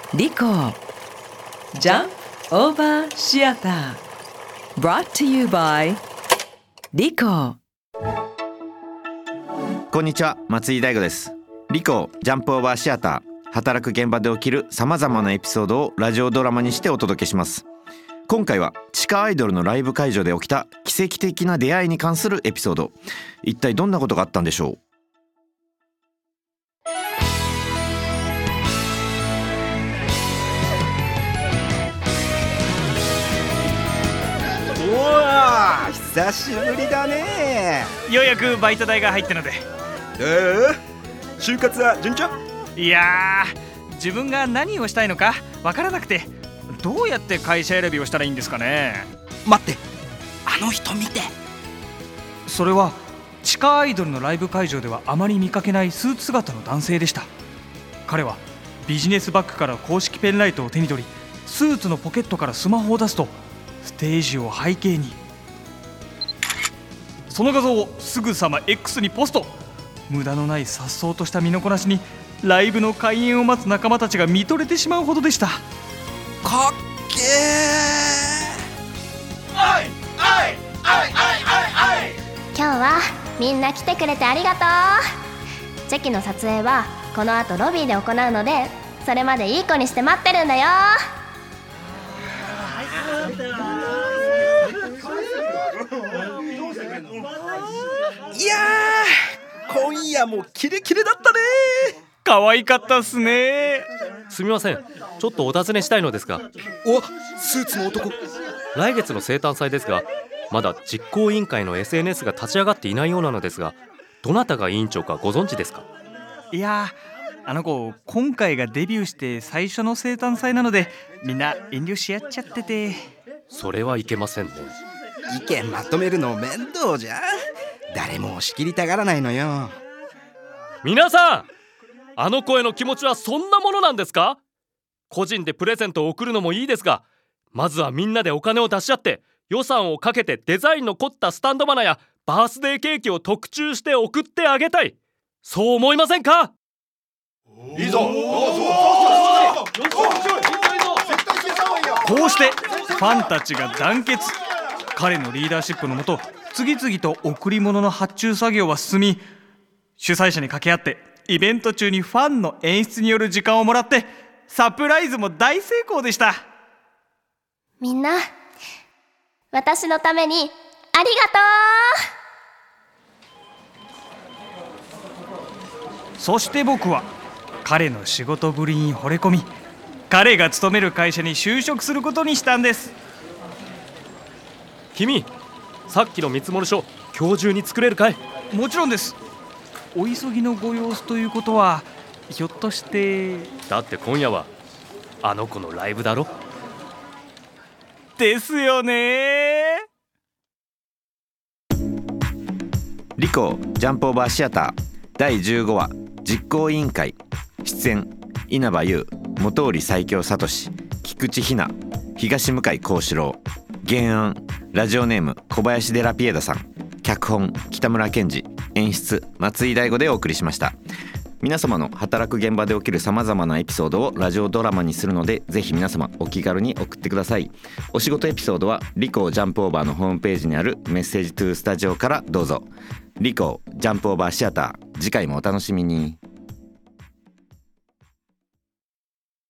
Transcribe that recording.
リコジャンプオーバーシアター Brought to you by リコ。 こんにちは、松井大吾です。リコジャンプオーバーシアター、働く現場で起きるさまざまなエピソードをラジオドラマにしてお届けします。今回は地下アイドルのライブ会場で起きた奇跡的な出会いに関するエピソード。一体どんなことがあったんでしょう。 おわ、久しぶりだね。 ようやくバイト代が入ったので。 就活は順調？ いやー、自分が何をしたいのかわからなくて、どうやって会社選びをしたらいいんですかね。 待って、あの人見て。 それは地下アイドルのライブ会場ではあまり見かけないスーツ姿の男性でした。彼はビジネスバッグから公式ペンライトを手に取り、スーツのポケットからスマホを出すと、ステージを背景にその画像をすぐさま X にポスト。無駄のない颯爽とした身のこなしに、ライブの開演を待つ仲間たちが見とれてしまうほどでした。 かっけー。 今日はみんな来てくれてありがとう。チェキの撮影はこの後ロビーで行うので、それまでいい子にして待ってるんだよ。 いやー、今夜もキレキレだったね。 可愛かったっすね。 すみません、ちょっとお尋ねしたいのですが。 お、スーツの男。 来月の生誕祭ですが、まだ実行委員会の SNS が立ち上がっていないようなのですが、どなたが委員長かご存知ですか？ いやー、あの子今回がデビューして最初の生誕祭なので、みんな遠慮し合っちゃってて。 それはいけませんね。 意見まとめるの面倒じゃん。誰も仕切りたがらないのよ。 皆さん、あの子への気持ちはそんなものなんですか？個人でプレゼントを送るのもいいですが、まずはみんなでお金を出し合って予算をかけてデザインの凝ったスタンド花やバースデーケーキを特注して送ってあげたい。そう思いませんか？ いいぞ。 こうしてファンたちが団結。彼のリーダーシップのもと、次々と贈り物の発注作業は進み、主催者に掛け合ってイベント中にファンの演出による時間をもらって、サプライズも大成功でした。 みんな、私のためにありがとう。そして僕は彼の仕事ぶりに惚れ込み、彼が勤める会社に就職することにしたんです。 君、さっきの見積書今日中に作れるかい？ もちろんです。お急ぎのご様子ということは、ひょっとして。 だって今夜はあの子のライブだろ。 ですよね。 リコジャンプオーバーシアター第15話実行委員会。出演稲葉優、本織最強聡、菊池ひな、東向井幸四郎。原案ラジオネーム小林デラピエダさん。脚本北村健二。演出松井大吾でお送りしました。皆様の働く現場で起きるさまざまなエピソードをラジオドラマにするので、ぜひ皆様お気軽に送ってください。お仕事エピソードはリコジャンプオーバーのホームページにあるメッセージトゥースタジオからどうぞ。リコジャンプオーバーシアター、次回もお楽しみに。